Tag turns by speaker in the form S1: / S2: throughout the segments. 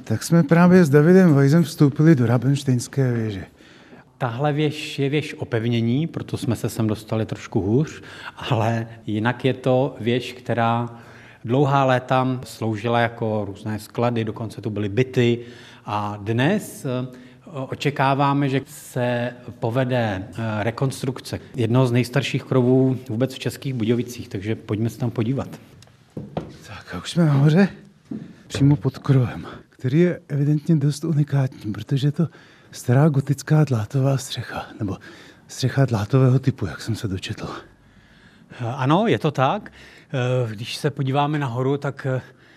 S1: Tak jsme právě s Davidem Weisem vstoupili do Rabenštejnské věže.
S2: Tahle věž je věž opevnění, proto jsme se sem dostali trošku hůř, ale jinak je to věž, která dlouhá léta sloužila jako různé sklady, dokonce tu byly byty a dnes očekáváme, že se povede rekonstrukce jednoho z nejstarších krovů vůbec v Českých Budějovicích, takže pojďme se tam podívat.
S1: Tak a už jsme nahoře, přímo pod krovem, který je evidentně dost unikátní, protože je to stará gotická dlátová střecha, nebo střecha dlátového typu, jak jsem se dočetl.
S2: Ano, je to tak. Když se podíváme nahoru, tak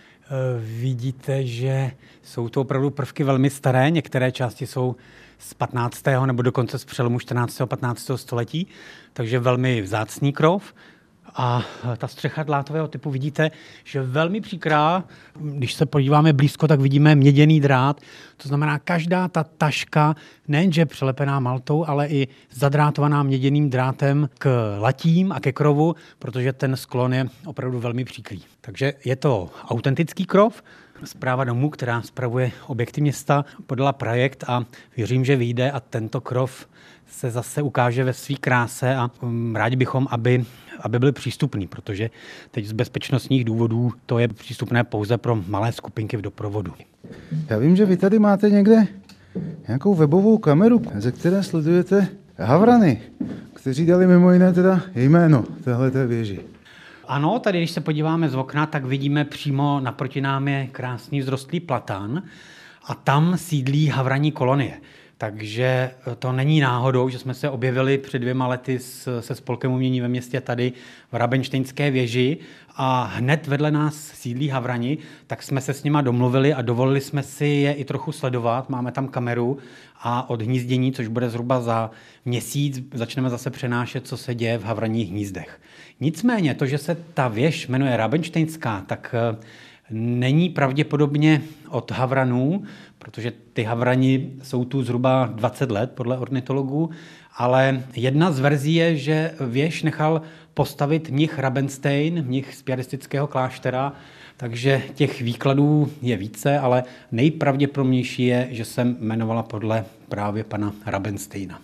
S2: vidíte, že jsou to opravdu prvky velmi staré. Některé části jsou z 15. nebo dokonce z přelomu 14. a 15. století, takže velmi vzácný krov. A ta střecha dlátového typu vidíte, že velmi příkrá. Když se podíváme blízko, tak vidíme měděný drát. To znamená, každá ta taška nejenže přelepená maltou, ale i zadrátovaná měděným drátem k latím a ke krovu, protože ten sklon je opravdu velmi příkrý. Takže je to autentický krov. Správa domu, která spravuje objekty města, podala projekt a věřím, že vyjde a tento krov se zase ukáže ve své kráse a rádi bychom, aby byl přístupný, protože teď z bezpečnostních důvodů to je přístupné pouze pro malé skupinky v doprovodu.
S1: Já vím, že vy tady máte někde nějakou webovou kameru, ze které sledujete havrany, kteří dali mimo jiné teda jméno téhleté věži.
S2: Ano, tady když se podíváme z okna, tak vidíme přímo naproti nám je krásný vzrostlý platán a tam sídlí havraní kolonie. Takže to není náhodou, že jsme se objevili před 2 lety se Spolkem umění ve městě tady v Rabenštejnské věži a hned vedle nás sídlí havrani, tak jsme se s nima domluvili a dovolili jsme si je i trochu sledovat. Máme tam kameru a od hnízdění, což bude zhruba za měsíc, začneme zase přenášet, co se děje v havraních hnízdech. Nicméně to, že se ta věž jmenuje Rabenštejnská, tak není pravděpodobně od havranů, protože ty havrani jsou tu zhruba 20 let podle ornitologů, ale jedna z verzí je, že věž nechal postavit mnich Rabenstein, mnich z piaristického kláštera, takže těch výkladů je více, ale nejpravděpodobnější je, že se jmenovala podle právě pana Rabensteina.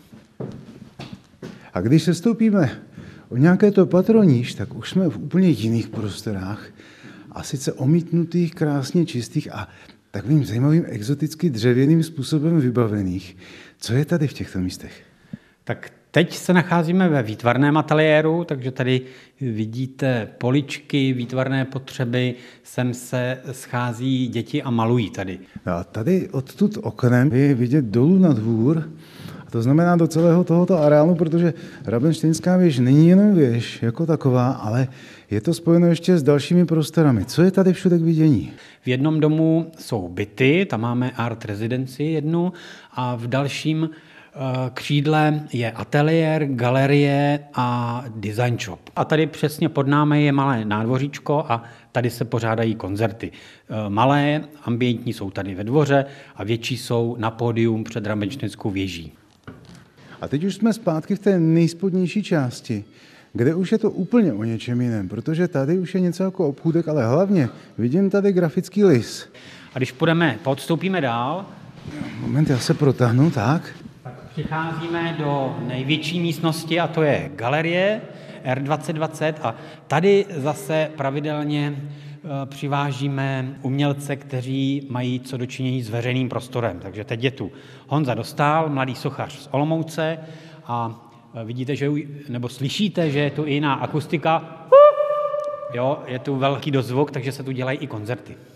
S1: A když se stoupíme o nějaké to patro níž, tak už jsme v úplně jiných prostorách, a sice omítnutých, krásně čistých a takovým zajímavým exoticky dřevěným způsobem vybavených. Co je tady v těchto místech?
S2: Tak teď se nacházíme ve výtvarném ateliéru, takže tady vidíte poličky, výtvarné potřeby, sem se schází děti a malují tady.
S1: A tady odtud oknem je vidět dolů na dvůr, a to znamená do celého tohoto areálu, protože Rabenštejnská věž není jenom věž jako taková, ale je to spojeno ještě s dalšími prostorami. Co je tady všude k vidění?
S2: V jednom domu jsou byty, tam máme art residenci jednu a v dalším křídle je ateliér, galerie a design shop. A tady přesně pod námi je malé nádvoříčko a tady se pořádají koncerty. Malé, ambientní jsou tady ve dvoře a větší jsou na pódium před Rabenštejnskou věží.
S1: A teď už jsme zpátky v té nejspodnější části, kde už je to úplně o něčem jiném, protože tady už je něco jako obchůdek, ale hlavně vidím tady grafický lis.
S2: A když podstoupíme dál...
S1: Moment, já se protáhnu, tak
S2: Přicházíme do největší místnosti a to je galerie R2020 a tady zase pravidelně přivážíme umělce, kteří mají co dočinění s veřejným prostorem. Takže teď je tu Honza Dostál, mladý sochař z Olomouce a vidíte, nebo slyšíte, že je tu i jiná akustika. Jo, je tu velký dozvuk, takže se tu dělají i koncerty.